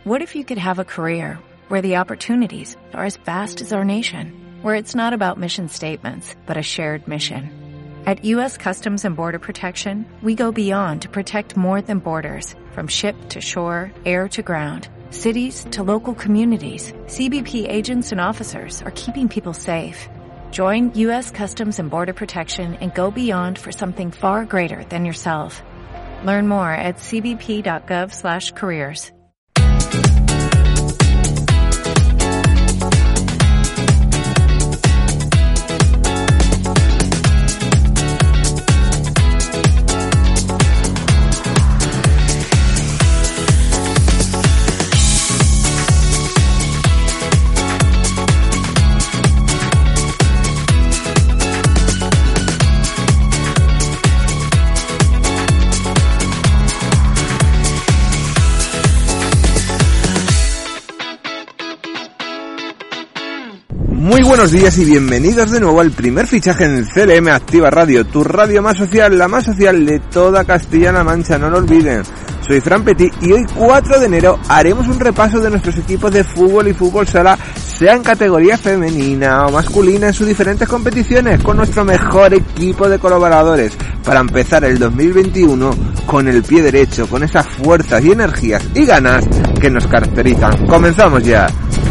What if you could have a career where the opportunities are as vast as our nation, where it's not about mission statements, but a shared mission? At U.S. Customs and Border Protection, we go beyond to protect more than borders, from ship to shore, air to ground, cities to local communities. CBP agents and officers are keeping people safe. Join U.S. Customs and Border Protection and go beyond for something far greater than yourself. Learn more at cbp.gov/careers. Muy buenos días y bienvenidos de nuevo al primer fichaje en el CLM Activa Radio, tu radio más social, la más social de toda Castilla-La Mancha, no lo olviden. Soy Fran Petit y hoy 4 de enero haremos un repaso de nuestros equipos de fútbol y fútbol sala, sea en categoría femenina o masculina en sus diferentes competiciones, con nuestro mejor equipo de colaboradores, para empezar el 2021 con el pie derecho, con esas fuerzas y energías y ganas que nos caracterizan. ¡Comenzamos ya!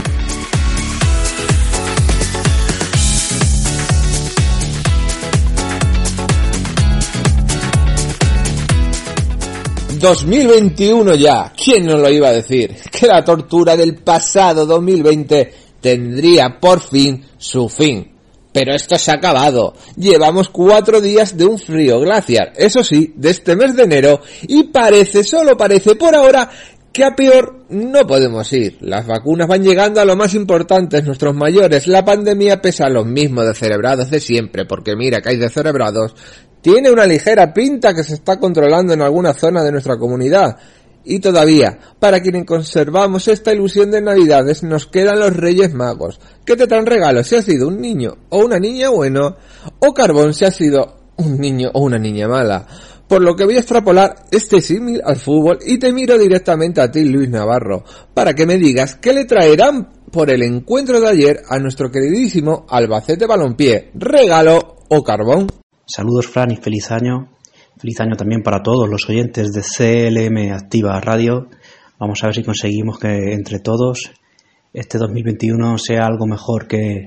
¡2021 ya! ¿Quién nos lo iba a decir? Que la tortura del pasado 2020 tendría por fin su fin. Pero esto se ha acabado. Llevamos 4 días de un frío glaciar, eso sí, de este mes de enero, y solo parece por ahora, que a peor no podemos ir. Las vacunas van llegando a lo más importante, nuestros mayores. La pandemia pesa a los mismos descerebrados de siempre, porque mira que hay descerebrados. Tiene una ligera pinta que se está controlando en alguna zona de nuestra comunidad. Y todavía, para quienes conservamos esta ilusión de Navidades, nos quedan los Reyes Magos, que te traen regalos si has sido un niño o una niña bueno, o carbón si has sido un niño o una niña mala. Por lo que voy a extrapolar este símil al fútbol y te miro directamente a ti, Luis Navarro, para que me digas qué le traerán por el encuentro de ayer a nuestro queridísimo Albacete Balompié, regalo o carbón. Saludos, Fran, y feliz año. Feliz año también para todos los oyentes de CLM Activa Radio. Vamos a ver si conseguimos que entre todos este 2021 sea algo mejor que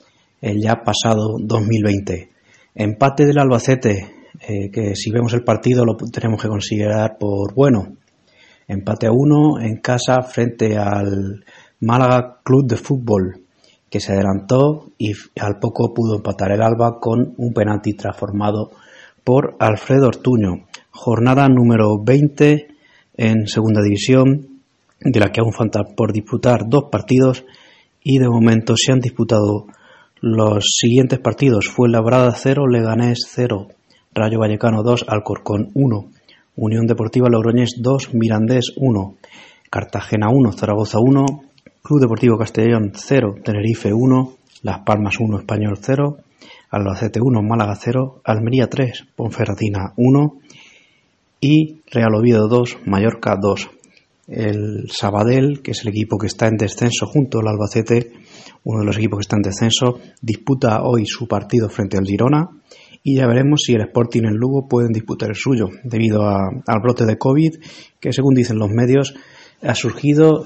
el ya pasado 2020. Empate del Albacete, que si vemos el partido lo tenemos que considerar por bueno. Empate a 1 en casa frente al Málaga Club de Fútbol, que se adelantó y al poco pudo empatar el Alba con un penalti transformado por Alfredo Ortuño. Jornada número 20 en segunda división, de la que aún falta por disputar 2 partidos, y de momento se han disputado los siguientes partidos: Fuenlabrada 0, Leganés 0, Rayo Vallecano 2, Alcorcón 1, Unión Deportiva Logroñés 2, Mirandés 1, Cartagena 1, Zaragoza 1, Club Deportivo Castellón 0, Tenerife 1, Las Palmas 1, Español 0, Albacete 1, Málaga 0, Almería 3, Ponferradina 1 y Real Oviedo 2, Mallorca 2. El Sabadell, que es el equipo que está en descenso junto al Albacete, uno de los equipos que está en descenso, disputa hoy su partido frente al Girona, y ya veremos si el Sporting y el Lugo pueden disputar el suyo, debido al brote de COVID, que según dicen los medios ha surgido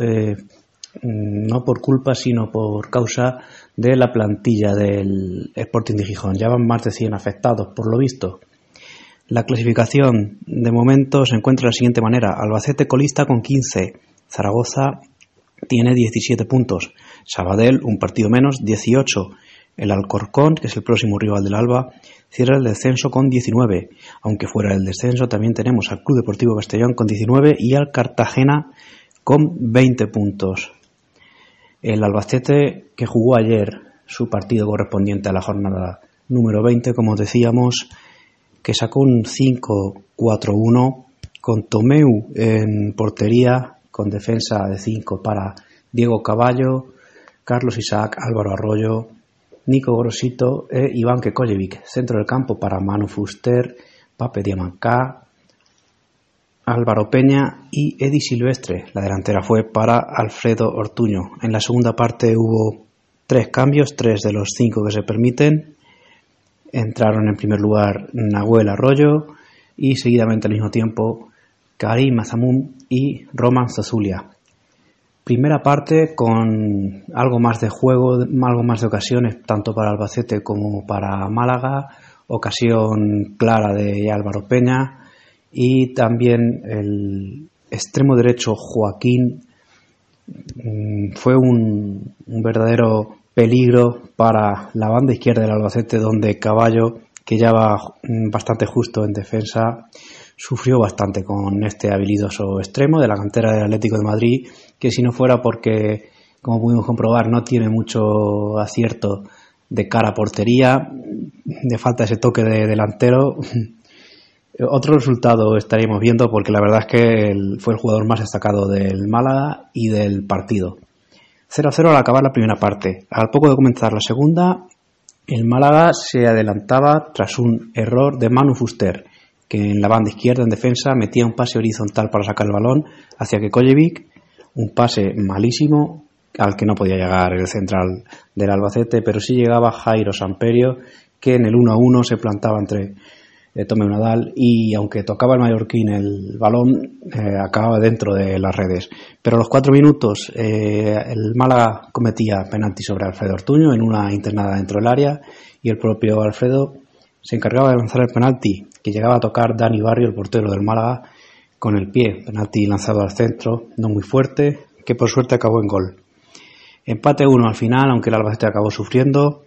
no por culpa sino por causa de la plantilla del Sporting de Gijón. Ya van más de 100 afectados por lo visto. La clasificación de momento se encuentra de la siguiente manera: Albacete colista con 15, Zaragoza tiene 17 puntos, Sabadell un partido menos, 18, el Alcorcón, que es el próximo rival del Alba, cierra el descenso con 19, aunque fuera del descenso también tenemos al Club Deportivo Castellón con 19 y al Cartagena con 20 puntos. El Albacete, que jugó ayer su partido correspondiente a la jornada número 20, como decíamos, que sacó un 5-4-1 con Tomeu en portería, con defensa de 5 para Diego Caballo, Carlos Isaac, Álvaro Arroyo, Nico Grosito e Iván Kekojevic. Centro del campo para Manu Fuster, Pape Diamancá, Álvaro Peña y Edi Silvestre. La delantera fue para Alfredo Ortuño. En la segunda parte hubo 3 cambios, 3 de los 5 que se permiten. Entraron en primer lugar Nahuel Arroyo y seguidamente al mismo tiempo Karim Azamun y Roman Zozulia. Primera parte con algo más de juego, algo más de ocasiones, tanto para Albacete como para Málaga. Ocasión clara de Álvaro Peña y también el extremo derecho Joaquín fue un verdadero peligro para la banda izquierda del Albacete, donde Caballo, que ya va bastante justo en defensa, sufrió bastante con este habilidoso extremo de la cantera del Atlético de Madrid, que si no fuera porque, como pudimos comprobar, no tiene mucho acierto de cara a portería, le falta ese toque de delantero. Otro resultado estaríamos viendo, porque la verdad es que fue el jugador más destacado del Málaga y del partido. 0-0 al acabar la primera parte. Al poco de comenzar la segunda, el Málaga se adelantaba tras un error de Manu Fuster, que en la banda izquierda en defensa metía un pase horizontal para sacar el balón hacia Kekojevic, un pase malísimo al que no podía llegar el central del Albacete, pero sí llegaba Jairo Samperio, que en el 1-1 se plantaba entre Tomeu Nadal y aunque tocaba el mallorquín el balón, acababa dentro de las redes. Pero a los 4 minutos el Málaga cometía penalti sobre Alfredo Ortuño en una internada dentro del área y el propio Alfredo se encargaba de lanzar el penalti que llegaba a tocar Dani Barrio, el portero del Málaga, con el pie. Penalti lanzado al centro, no muy fuerte, que por suerte acabó en gol. Empate 1 al final, aunque el Albacete acabó sufriendo,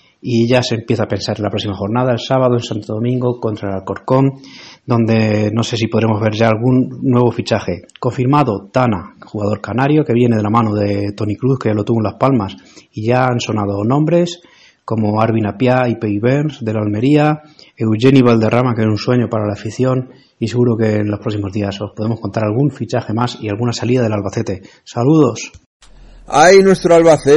y ya se empieza a pensar en la próxima jornada, el sábado en Santo Domingo contra el Alcorcón, donde no sé si podremos ver ya algún nuevo fichaje. Confirmado Tana, jugador canario que viene de la mano de Toni Cruz, que ya lo tuvo en Las Palmas, y ya han sonado nombres como Arvin Apia y Pei Burns de la Almería, Eugeni Valderrama, que era un sueño para la afición, y seguro que en los próximos días os podemos contar algún fichaje más y alguna salida del Albacete. ¡Saludos! ¡Ay, nuestro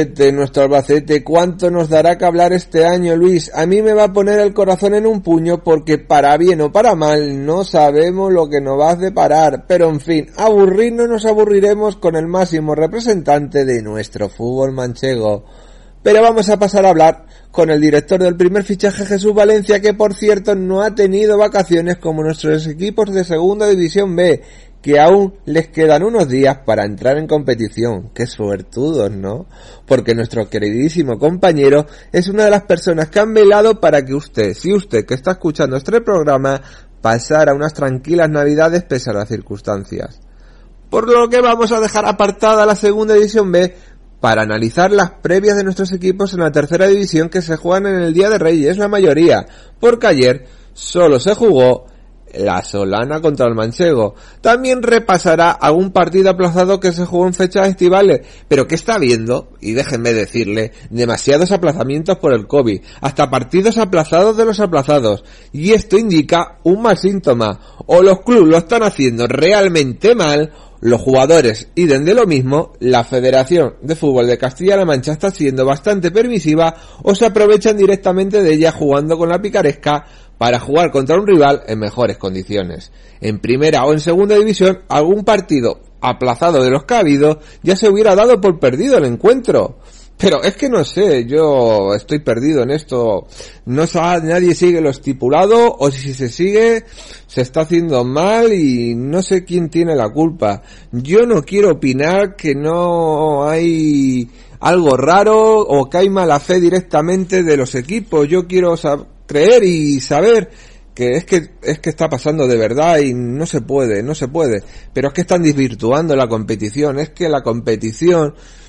Albacete! ¿Cuánto nos dará que hablar este año, Luis? A mí me va a poner el corazón en un puño porque para bien o para mal no sabemos lo que nos va a deparar. Pero en fin, aburrirnos nos aburriremos con el máximo representante de nuestro fútbol manchego. Pero vamos a pasar a hablar con el director del primer fichaje, Jesús Valencia, que por cierto no ha tenido vacaciones como nuestros equipos de Segunda División B, que aún les quedan unos días para entrar en competición. ¡Qué suertudos!, ¿no? Porque nuestro queridísimo compañero es una de las personas que han velado para que usted que está escuchando este programa, pasara unas tranquilas navidades pese a las circunstancias. Por lo que vamos a dejar apartada la Segunda División B para analizar las previas de nuestros equipos en la Tercera División, que se juegan en el Día de Reyes, la mayoría, porque ayer solo se jugó la Solana contra el Manchego. También repasará algún partido aplazado que se jugó en fechas estivales, pero que está habiendo, y déjenme decirle, demasiados aplazamientos por el COVID, hasta partidos aplazados de los aplazados, y esto indica un mal síntoma: o los clubes lo están haciendo realmente mal, los jugadores idem de lo mismo, la Federación de Fútbol de Castilla-La Mancha está siendo bastante permisiva, o se aprovechan directamente de ella jugando con la picaresca para jugar contra un rival en mejores condiciones. En primera o en segunda división, algún partido aplazado de los que ha habido ya se hubiera dado por perdido el encuentro. Pero es que no sé, yo estoy perdido en esto. No sabe, nadie sigue lo estipulado, o si se sigue, se está haciendo mal y no sé quién tiene la culpa. Yo no quiero opinar que no hay algo raro o que hay mala fe directamente de los equipos. Yo quiero creer y saber que es que está pasando de verdad y no se puede. Pero es que están desvirtuando la competición. Es que la competición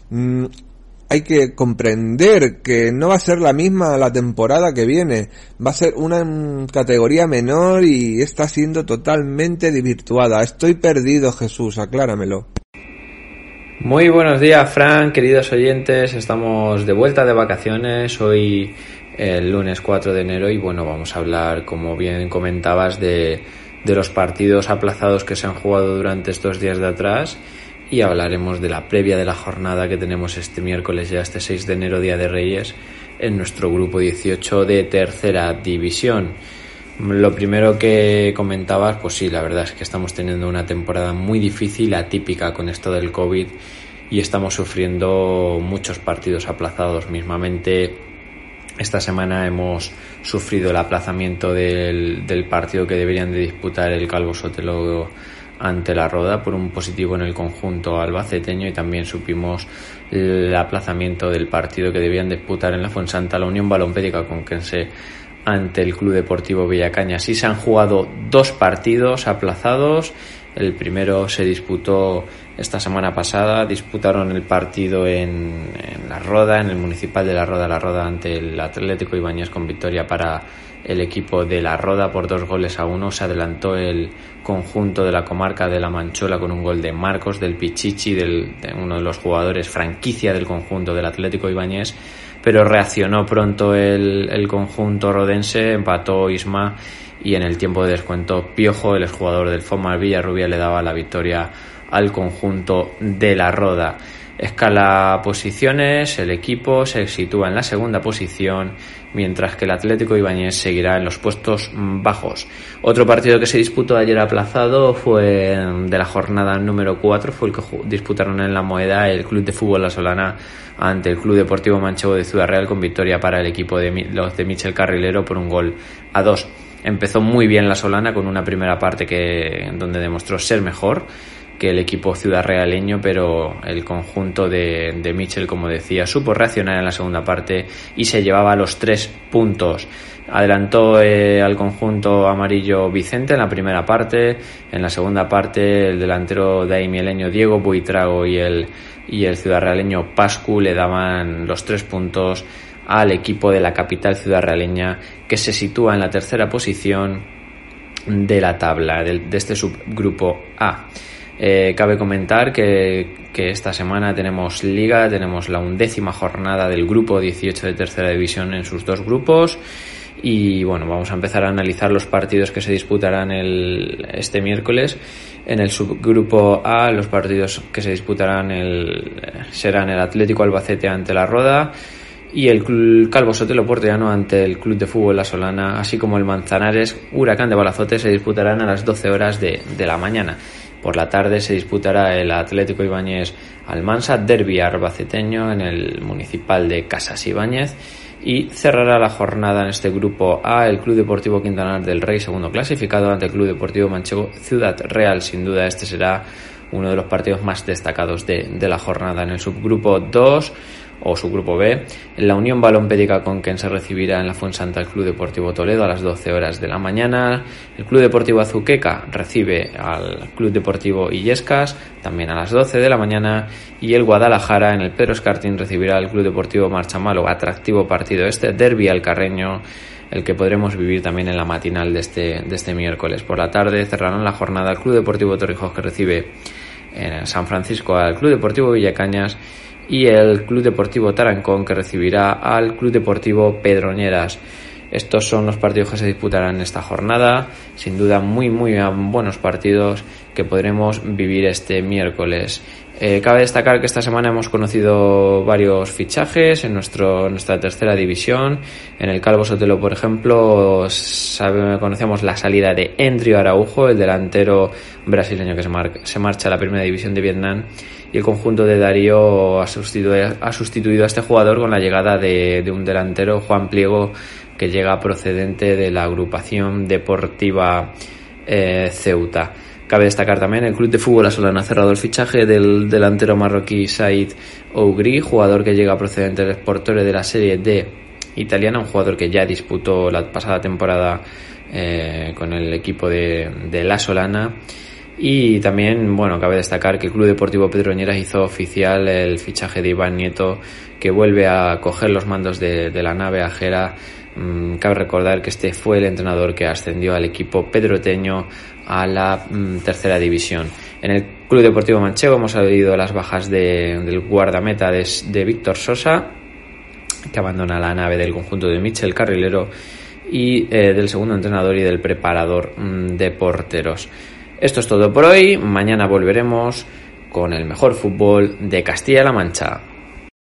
hay que comprender que no va a ser la misma la temporada que viene, va a ser una categoría menor y está siendo totalmente desvirtuada. Estoy perdido, Jesús, acláramelo. Muy buenos días, Fran, queridos oyentes, estamos de vuelta de vacaciones, hoy el lunes 4 de enero y bueno, vamos a hablar, como bien comentabas, de los partidos aplazados que se han jugado durante estos días de atrás. Y hablaremos de la previa de la jornada que tenemos este miércoles, ya este 6 de enero, Día de Reyes, en nuestro grupo 18 de Tercera División. Lo primero que comentabas, pues sí, la verdad es que estamos teniendo una temporada muy difícil, atípica con esto del COVID, y estamos sufriendo muchos partidos aplazados. Mismamente esta semana hemos sufrido el aplazamiento del partido que deberían de disputar el Calvo Sotelo ante la Roda por un positivo en el conjunto albaceteño, y también supimos el aplazamiento del partido que debían disputar en la Fuensanta la Unión Balompédica Conquense ante el Club Deportivo Villacañas. Sí, se han jugado 2 partidos aplazados. El primero se disputó esta semana pasada. Disputaron el partido en La Roda, en el Municipal de La Roda ante el Atlético Ibáñez, con victoria para el equipo de La Roda por 2-1. Se adelantó el conjunto de la comarca de La Manchuela con un gol de Marcos, del Pichichi, de uno de los jugadores franquicia del conjunto del Atlético Ibáñez, pero reaccionó pronto el conjunto rodense, empató Isma, y en el tiempo de descuento Piojo, el exjugador del Fomar Villarrubia, le daba la victoria al conjunto de La Roda. Escala posiciones, el equipo se sitúa en la segunda posición, mientras que el Atlético Ibáñez seguirá en los puestos bajos. Otro partido que se disputó ayer aplazado fue de la jornada número 4, fue el que disputaron en La Moeda el Club de Fútbol La Solana ante el Club Deportivo Manchego de Ciudad Real, con victoria para el equipo de los de Michel Carrilero por 1-2. Empezó muy bien La Solana con una primera parte donde demostró ser mejor que el equipo ciudadrealeño, pero el conjunto de Michel, como decía, supo reaccionar en la segunda parte y se llevaba los 3 puntos. Adelantó al conjunto amarillo Vicente en la primera parte. En la segunda parte el delantero daimieleño Diego Buitrago y el ciudadrealeño Pascu le daban los 3 puntos al equipo de la capital ciudadrealeña, que se sitúa en la tercera posición de la tabla de este subgrupo A. Cabe comentar que esta semana tenemos Liga, tenemos la 11ª jornada del grupo 18 de tercera división en sus 2 grupos, y bueno, vamos a empezar a analizar los partidos que se disputarán este miércoles. En el subgrupo A, los partidos que se disputarán serán el Atlético Albacete ante La Roda y el Calvo Sotelo Puertollano ante el Club de Fútbol La Solana, así como el Manzanares Huracán de Balazote, se disputarán a las 12 horas de la mañana. Por la tarde se disputará el Atlético Ibáñez Almansa, derbi albaceteño en el Municipal de Casas Ibáñez, y cerrará la jornada en este grupo A el Club Deportivo Quintanar del Rey, segundo clasificado, ante el Club Deportivo Manchego Ciudad Real. Sin duda este será uno de los partidos más destacados de la jornada. En el subgrupo 2 o subgrupo B, la Unión Balompédica Conquense recibirá en la Fuensanta el Club Deportivo Toledo a las 12 horas de la mañana. El Club Deportivo Azuqueca recibe al Club Deportivo Illescas también a las 12 de la mañana, y el Guadalajara en el Pedro Escartín recibirá al Club Deportivo Marchamalo. Atractivo partido derbi alcarreño, el que podremos vivir también en la matinal de este miércoles. Por la tarde cerrarán la jornada el Club Deportivo Torrijos, que recibe en San Francisco al Club Deportivo Villacañas, y el Club Deportivo Tarancón, que recibirá al Club Deportivo Pedroñeras. Estos son los partidos que se disputarán en esta jornada. Sin duda muy buenos partidos que podremos vivir este miércoles. Cabe destacar que esta semana hemos conocido varios fichajes en nuestra tercera división. En el Calvo Sotelo, por ejemplo, conocemos la salida de Endrio Araujo, el delantero brasileño que se marcha a la primera división de Vietnam, y el conjunto de Darío ha sustituido a este jugador con la llegada de un delantero, Juan Pliego, que llega procedente de la agrupación deportiva Ceuta. Cabe destacar también el Club de Fútbol La Solana ha cerrado el fichaje del delantero marroquí Said Ougri, jugador que llega procedente del Sportore de la Serie D italiana, un jugador que ya disputó la pasada temporada con el equipo de La Solana. Y también, cabe destacar que el Club Deportivo Pedroñeras hizo oficial el fichaje de Iván Nieto, que vuelve a coger los mandos de la nave ajera. Cabe recordar que este fue el entrenador que ascendió al equipo pedroteño a la tercera división. En el Club Deportivo Manchego hemos oído las bajas del guardameta de Víctor Sosa, que abandona la nave del conjunto de Michel Carrilero, y del segundo entrenador y del preparador de porteros. Esto es todo por hoy. Mañana volveremos con el mejor fútbol de Castilla-La Mancha.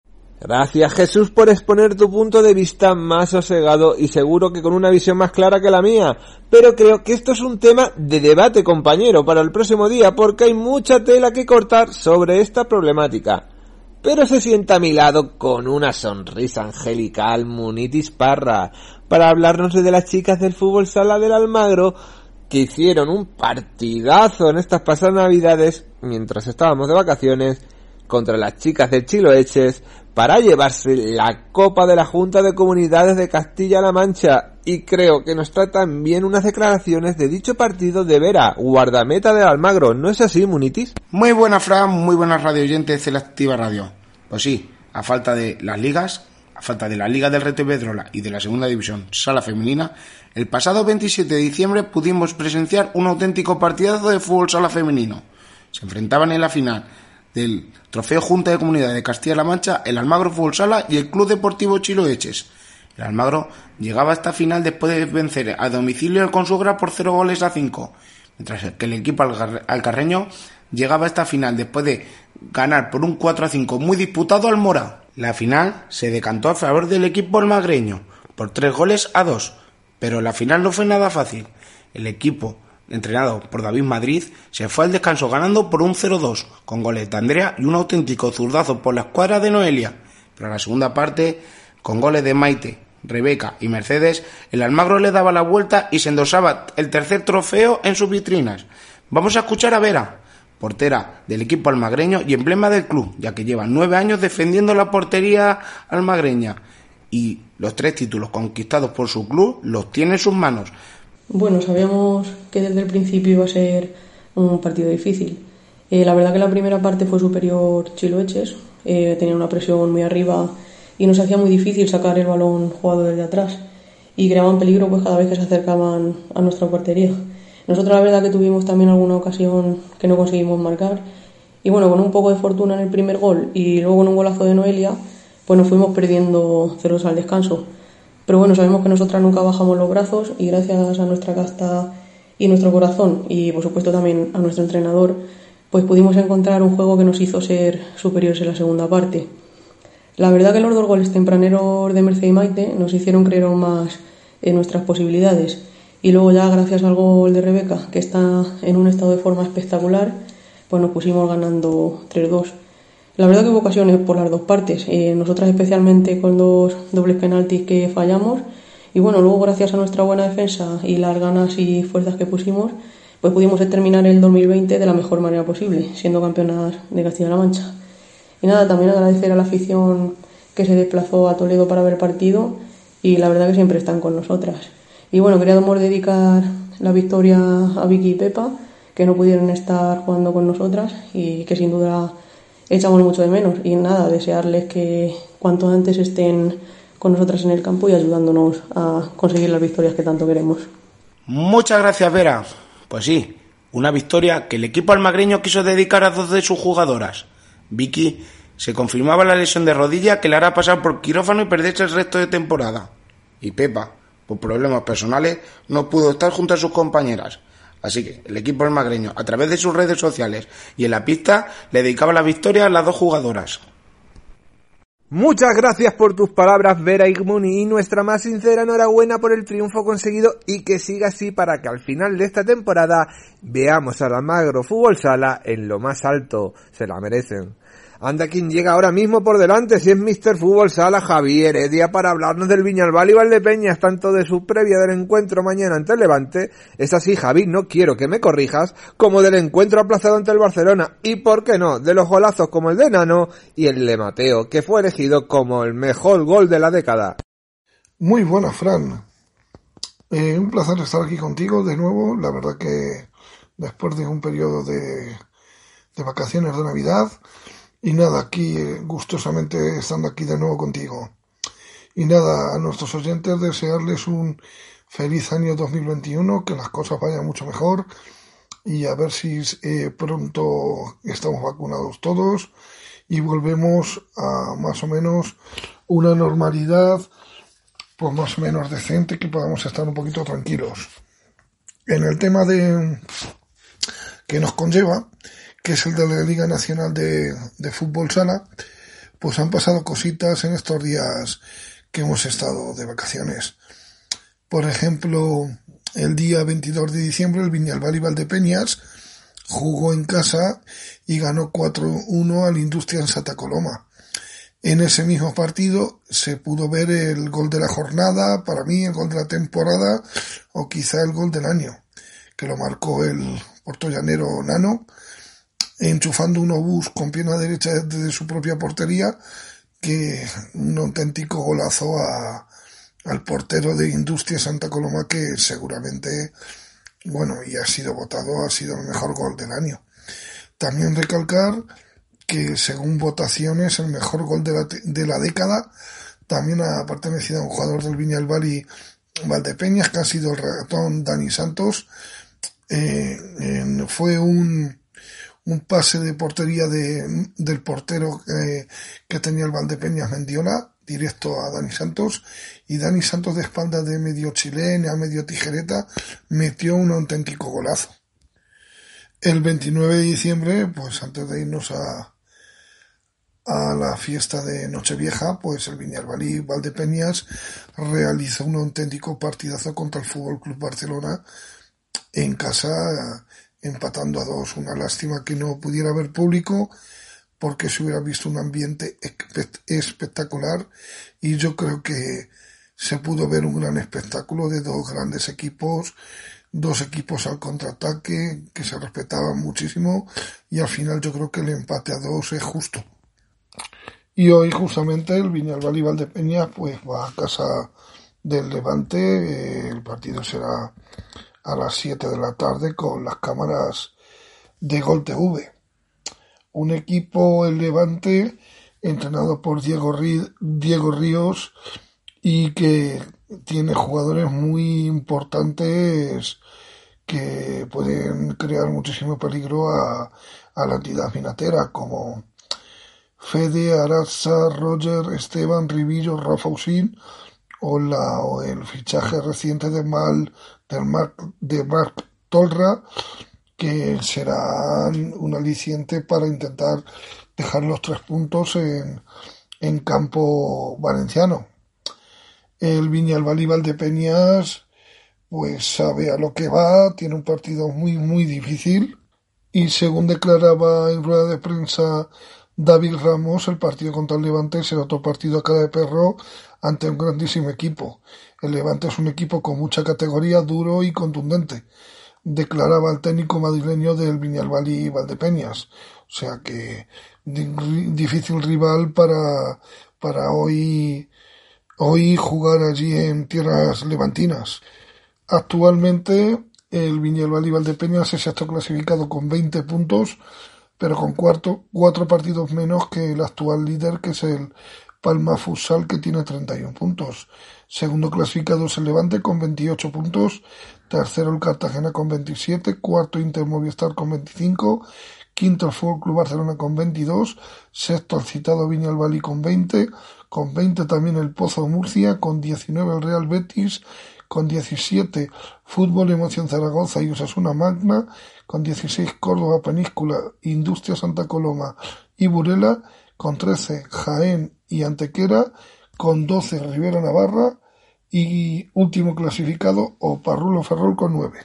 Gracias, Jesús, por exponer tu punto de vista más sosegado y seguro que con una visión más clara que la mía. Pero creo que esto es un tema de debate, compañero, para el próximo día, porque hay mucha tela que cortar sobre esta problemática. Pero se sienta a mi lado con una sonrisa angelical Munitis Parra para hablarnos de las chicas del fútbol sala del Almagro que hicieron un partidazo en estas pasadas navidades mientras estábamos de vacaciones contra las chicas de Chiloeches para llevarse la Copa de la Junta de Comunidades de Castilla-La Mancha, y creo que nos tratan bien unas declaraciones de dicho partido de Vera, guardameta del Almagro. ¿No es así, Munitis? Muy buenas, Fran, muy buenas radio oyentes de la Activa Radio. Pues sí, a falta de las ligas, a falta de la Liga del Reto Iberdrola y de la Segunda División Sala Femenina, el pasado 27 de diciembre pudimos presenciar un auténtico partidazo de fútbol sala femenino. Se enfrentaban en la final del Trofeo Junta de Comunidades de Castilla-La Mancha el Almagro Fútbol Sala y el Club Deportivo Chiloeches. El Almagro llegaba a esta final después de vencer a domicilio al Consuegra por 0-5, mientras que el equipo alcarreño llegaba a esta final después de ganar por un 4-5 muy disputado al Mora. La final se decantó a favor del equipo almagreño por 3-2, pero la final no fue nada fácil. El equipo, entrenado por David Madrid, se fue al descanso ganando por un 0-2, con goles de Andrea y un auténtico zurdazo por la escuadra de Noelia. Pero en la segunda parte, con goles de Maite, Rebeca y Mercedes, el Almagro le daba la vuelta y se endosaba el tercer trofeo en sus vitrinas. Vamos a escuchar a Vera, portera del equipo almagreño y emblema del club, ya que lleva 9 años defendiendo la portería almagreña y los 3 títulos conquistados por su club los tiene en sus manos. Bueno, sabíamos que desde el principio iba a ser un partido difícil. La verdad que la primera parte fue superior Chiloeches, tenía una presión muy arriba y nos hacía muy difícil sacar el balón jugado desde atrás y creaban peligro pues cada vez que se acercaban a nuestra portería. Nosotros la verdad que tuvimos también alguna ocasión que no conseguimos marcar y bueno, con un poco de fortuna en el primer gol y luego con un golazo de Noelia, pues nos fuimos perdiendo 0 al descanso. Pero bueno, sabemos que nosotras nunca bajamos los brazos y gracias a nuestra casta y nuestro corazón y por supuesto también a nuestro entrenador, pues pudimos encontrar un juego que nos hizo ser superiores en la segunda parte. La verdad que los 2 goles tempraneros de Mercedes y Maite nos hicieron creer aún más en nuestras posibilidades y luego ya gracias al gol de Rebeca, que está en un estado de forma espectacular, pues nos pusimos ganando 3-2. La verdad que hubo ocasiones por las 2 partes, nosotras especialmente con 2 dobles penaltis que fallamos y bueno, luego gracias a nuestra buena defensa y las ganas y fuerzas que pusimos, pues pudimos terminar el 2020 de la mejor manera posible, siendo campeonas de Castilla-La Mancha. Y nada, también agradecer a la afición que se desplazó a Toledo para ver el partido y la verdad que siempre están con nosotras. Y bueno, queríamos dedicar la victoria a Vicky y Pepa, que no pudieron estar jugando con nosotras y que sin duda echamos mucho de menos. Y nada, desearles que cuanto antes estén con nosotras en el campo y ayudándonos a conseguir las victorias que tanto queremos. Muchas gracias, Vera. Pues sí, una victoria que el equipo almagreño quiso dedicar a 2 de sus jugadoras. Vicky se confirmaba la lesión de rodilla que le hará pasar por quirófano y perderse el resto de temporada. Y Pepa, por problemas personales, no pudo estar junto a sus compañeras. Así que el equipo almagreño, a través de sus redes sociales y en la pista, le dedicaba la victoria a las 2 jugadoras. Muchas gracias por tus palabras, Vera y Muni, y nuestra más sincera enhorabuena por el triunfo conseguido y que siga así para que al final de esta temporada veamos al Almagro Fútbol Sala en lo más alto. Se la merecen. Anda quien llega ahora mismo por delante, si es Mr. Fútbol Sala Javier Heredia para hablarnos del Viñalbal y Valdepeñas, tanto de su previa del encuentro mañana ante el Levante, es así, Javi, no quiero que me corrijas, como del encuentro aplazado ante el Barcelona, y por qué no, de los golazos como el de Nano y el de Mateo, que fue elegido como el mejor gol de la década. Muy buena, Fran. Un placer estar aquí contigo de nuevo, la verdad que después de un periodo de vacaciones de Navidad. Y nada, aquí gustosamente estando aquí de nuevo contigo. Y nada, a nuestros oyentes desearles un feliz año 2021, que las cosas vayan mucho mejor y a ver si pronto estamos vacunados todos y volvemos a más o menos una normalidad pues más o menos decente, que podamos estar un poquito tranquilos. En el tema que nos conlleva, que es el de la Liga Nacional de Fútbol Sala, pues han pasado cositas en estos días que hemos estado de vacaciones. Por ejemplo, el día 22 de diciembre el Viñalbal y Valdepeñas jugó en casa y ganó 4-1 al Industria en Santa Coloma. En ese mismo partido se pudo ver el gol de la jornada, para mí el gol de la temporada o quizá el gol del año, que lo marcó el portollanero Nano, enchufando un obús con pierna derecha desde su propia portería, que un auténtico golazo al portero de Industria Santa Coloma, que seguramente, y ha sido votado, ha sido el mejor gol del año. También recalcar que según votaciones el mejor gol de la década también ha pertenecido a un jugador del Viñalbal y Valdepeñas, que ha sido el ratón Dani Santos. Fue un pase de portería del portero que tenía el Valdepeñas, Mendiola, directo a Dani Santos, y Dani Santos, de espalda, de medio chilena, medio tijereta, metió un auténtico golazo. El 29 de diciembre, pues antes de irnos a la fiesta de Nochevieja, pues el Viñalbal y Valdepeñas realizó un auténtico partidazo contra el Fútbol Club Barcelona en casa, empatando a 2. Una lástima que no pudiera haber público, porque se hubiera visto un ambiente espectacular, y yo creo que se pudo ver un gran espectáculo de dos grandes equipos, dos equipos al contraataque que se respetaban muchísimo, y al final yo creo que el empate a 2 es justo. Y hoy justamente el Viñalbal y Valdepeñas pues va a casa del Levante. El partido será a las 7 de la tarde con las cámaras de Gol TV. Un equipo, el Levante, entrenado por Diego Ríos, y que tiene jugadores muy importantes que pueden crear muchísimo peligro a la entidad vinatera, como Fede, Arazza, Roger, Esteban, Rivillo, Rafa Usín o el fichaje reciente de Marc Tolra, que serán un aliciente para intentar dejar los 3 puntos en campo valenciano. El Viñalbal y Valdepeñas pues sabe a lo que va, tiene un partido muy muy difícil, y según declaraba en rueda de prensa David Ramos, el partido contra el Levante será otro partido a cara de perro ante un grandísimo equipo. El Levante es un equipo con mucha categoría, duro y contundente, declaraba el técnico madrileño del Viñalbal y Valdepeñas. O sea que difícil rival para hoy jugar allí en tierras levantinas. Actualmente el Viñalbal y Valdepeñas es sexto clasificado con 20 puntos, pero con 4 partidos menos que el actual líder, que es el Palma Futsal, que tiene 31 puntos. Segundo clasificado es el Levante con 28 puntos, tercero el Cartagena con 27, cuarto Inter Movistar con 25, quinto el Fútbol Club Barcelona con 22, sexto el citado Viñalbal con 20 también el Pozo Murcia, con 19 el Real Betis, con 17 Fútbol Emoción Zaragoza y Osasuna Magna, con 16 Córdoba Península, Industria Santa Coloma y Burela, con 13 Jaén y Antequera, con 12 Rivera Navarra y último clasificado Oparrulo Ferrol con 9.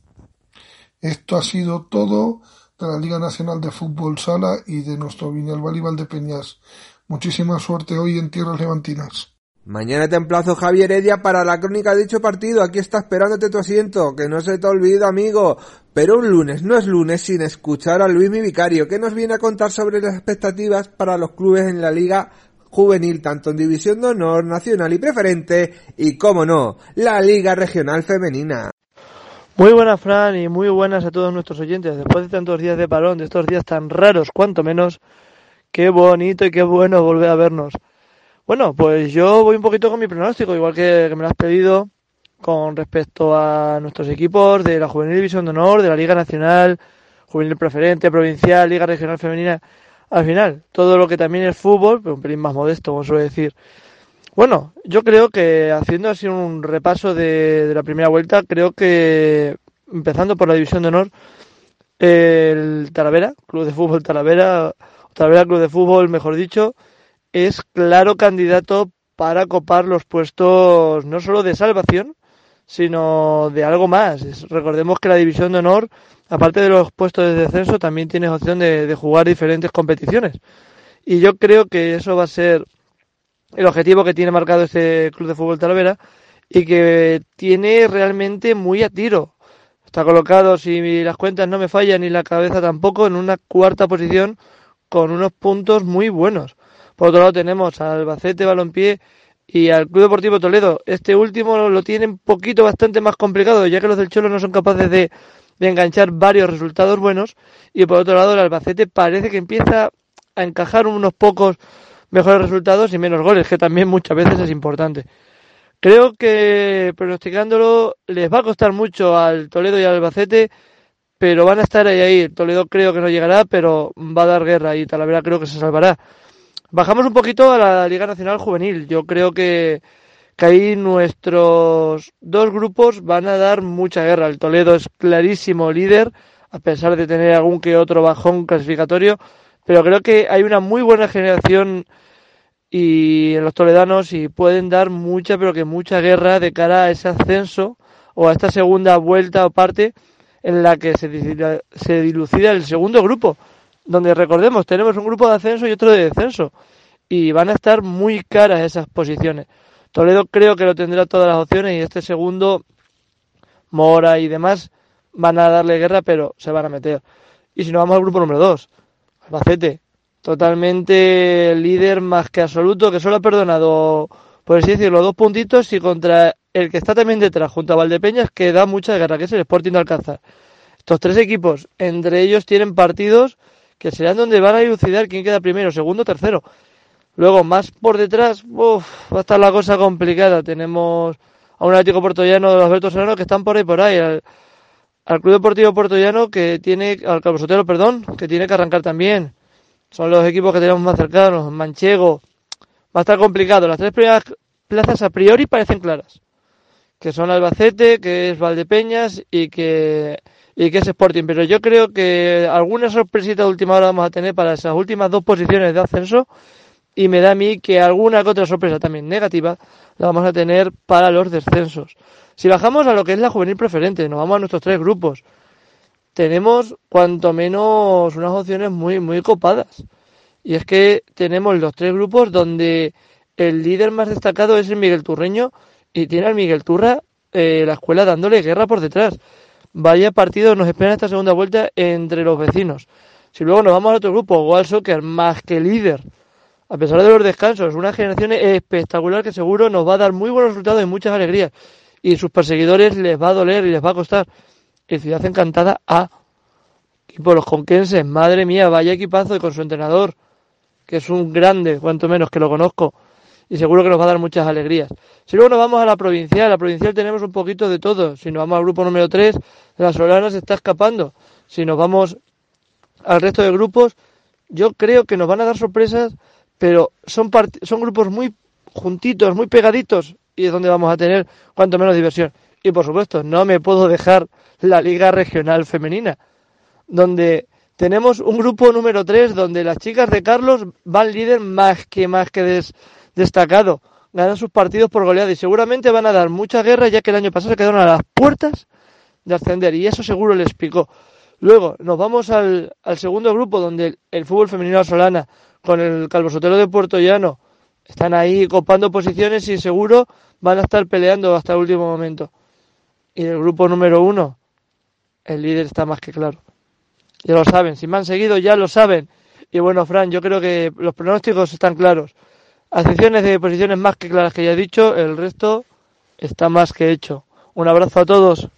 Esto ha sido todo de la Liga Nacional de Fútbol Sala y de nuestro Viñalbal y Valdepeñas. Muchísima suerte hoy en tierras levantinas. Mañana te emplazo, Javi Heredia, para la crónica de dicho partido. Aquí está esperándote tu asiento, que no se te olvide, amigo. Pero un lunes no es lunes sin escuchar a Luis, mi vicario, que nos viene a contar sobre las expectativas para los clubes en la Liga Juvenil, tanto en División de Honor, Nacional y Preferente, y, cómo no, la Liga Regional Femenina. Muy buenas, Fran, y muy buenas a todos nuestros oyentes. Después de tantos días de parón, de estos días tan raros, cuanto menos, qué bonito y qué bueno volver a vernos. Bueno, pues yo voy un poquito con mi pronóstico, igual que me lo has pedido, con respecto a nuestros equipos de la Juvenil División de Honor, de la Liga Nacional, Juvenil Preferente, Provincial, Liga Regional Femenina. Al final, todo lo que también es fútbol, pero un pelín más modesto, como suele decir. Bueno, yo creo que haciendo así un repaso de la primera vuelta, creo que, empezando por la División de Honor, el Talavera, Club de Fútbol Talavera Club de Fútbol, mejor dicho, es claro candidato para copar los puestos no solo de salvación, sino de algo más. Recordemos que la División de Honor, aparte de los puestos de descenso, también tienes opción de jugar diferentes competiciones. Y yo creo que eso va a ser el objetivo que tiene marcado este Club de Fútbol Talavera y que tiene realmente muy a tiro. Está colocado, si las cuentas no me fallan y la cabeza tampoco, en una cuarta posición con unos puntos muy buenos. Por otro lado tenemos al Albacete Balompié y al Club Deportivo Toledo. Este último lo tiene un poquito bastante más complicado, ya que los del Cholo no son capaces de enganchar varios resultados buenos. Y por otro lado el Albacete parece que empieza a encajar unos pocos mejores resultados y menos goles, que también muchas veces es importante. Creo que, pronosticándolo, les va a costar mucho al Toledo y al Albacete, pero van a estar ahí. El Toledo creo que no llegará, pero va a dar guerra y Talavera creo que se salvará. Bajamos un poquito a la Liga Nacional Juvenil. Yo creo que ahí nuestros dos grupos van a dar mucha guerra. El Toledo es clarísimo líder, a pesar de tener algún que otro bajón clasificatorio, pero creo que hay una muy buena generación y en los toledanos y pueden dar mucha, pero que mucha guerra de cara a ese ascenso o a esta segunda vuelta o parte en la que se dilucida el segundo grupo, donde recordemos, tenemos un grupo de ascenso y otro de descenso y van a estar muy caras esas posiciones. Toledo creo que lo tendrá todas las opciones y este segundo, Mora y demás, van a darle guerra, pero se van a meter. Y si no, vamos al grupo número 2, Albacete, totalmente líder más que absoluto, que solo ha perdonado, por así decirlo, 2 puntitos y contra el que está también detrás, junto a Valdepeñas, que da mucha guerra, que es el Sporting de Alcázar. Estos 3 equipos, entre ellos tienen partidos que serán donde van a dilucidar quién queda primero, segundo, tercero. Luego, más por detrás, va a estar la cosa complicada. Tenemos a un Atlético Puertollano de los Alberto Serrano que están por ahí, al Club Deportivo Puertollano que tiene, al Calvo Sotelo, perdón, que tiene que arrancar también. Son los equipos que tenemos más cercanos. Manchego, va a estar complicado. Las 3 primeras plazas a priori parecen claras, que son Albacete, que es Valdepeñas y que es Sporting, pero yo creo que alguna sorpresita de última hora vamos a tener para esas últimas 2 posiciones de ascenso y me da a mí que alguna que otra sorpresa también negativa la vamos a tener para los descensos. Si bajamos a lo que es la juvenil preferente, nos vamos a nuestros 3 grupos, tenemos cuanto menos unas opciones muy, muy copadas. Y es que tenemos los 3 grupos donde el líder más destacado es el Miguel Turreño y tiene al Miguel Turra la escuela dándole guerra por detrás. Vaya partido nos espera esta segunda vuelta entre los vecinos. Si luego nos vamos al otro grupo, Goal Soccer, más que líder, a pesar de los descansos, una generación espectacular que seguro nos va a dar muy buenos resultados y muchas alegrías. Y sus perseguidores les va a doler y les va a costar. Y Ciudad Encantada A. Equipo los conquenses, madre mía, vaya equipazo y con su entrenador, que es un grande, cuanto menos que lo conozco. Y seguro que nos va a dar muchas alegrías. Si luego nos vamos a la provincial tenemos un poquito de todo. Si nos vamos al grupo número 3, la Solana se está escapando. Si nos vamos al resto de grupos, yo creo que nos van a dar sorpresas, pero son grupos muy juntitos, muy pegaditos, y es donde vamos a tener cuanto menos diversión. Y por supuesto, no me puedo dejar la Liga Regional Femenina, donde tenemos un grupo número 3, donde las chicas de Carlos van líder más que destacado, ganan sus partidos por goleada y seguramente van a dar mucha guerra, ya que el año pasado se quedaron a las puertas de ascender y eso seguro les picó. Luego nos vamos al segundo grupo, donde el fútbol femenino Solana con el Calvo Sotelo de Puertollano están ahí copando posiciones y seguro van a estar peleando hasta el último momento. Y el grupo número 1, el líder está más que claro. Ya lo saben, si me han seguido ya lo saben. Y bueno, Fran, yo creo que los pronósticos están claros. A excepciones de posiciones más que claras que ya he dicho, el resto está más que hecho. Un abrazo a todos.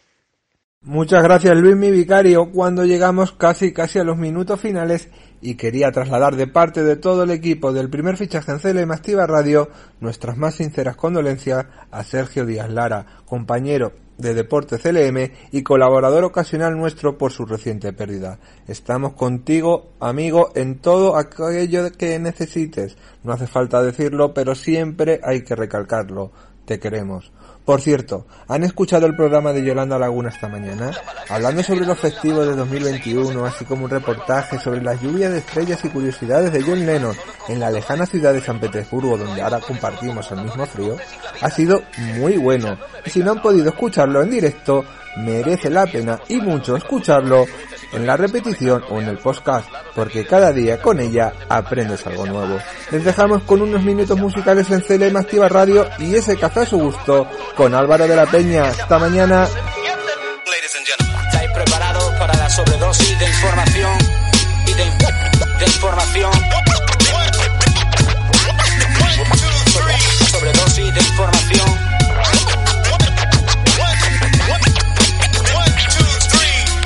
Muchas gracias, Luis, mi vicario. Cuando llegamos casi a los minutos finales y quería trasladar de parte de todo el equipo del primer fichaje en CLM Activa Radio nuestras más sinceras condolencias a Sergio Díaz Lara, compañero de Deporte CLM y colaborador ocasional nuestro por su reciente pérdida. Estamos contigo, amigo, en todo aquello que necesites. No hace falta decirlo, pero siempre hay que recalcarlo. Te queremos. Por cierto, ¿han escuchado el programa de Yolanda Laguna esta mañana? Hablando sobre los festivos de 2021, así como un reportaje sobre las lluvias de estrellas y curiosidades de John Lennon, en la lejana ciudad de San Petersburgo, donde ahora compartimos el mismo frío, ha sido muy bueno. Y si no han podido escucharlo en directo, merece la pena y mucho escucharlo en la repetición o en el podcast, porque cada día con ella aprendes algo nuevo. Les dejamos con unos minutos musicales en CLM Activa Radio y ese café a su gusto con Álvaro de la Peña. Hasta mañana. ¿Estáis preparados para la sobredosis de información y de información? Sobredosis de información.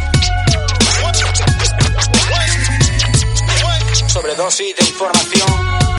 Sobredosis de información.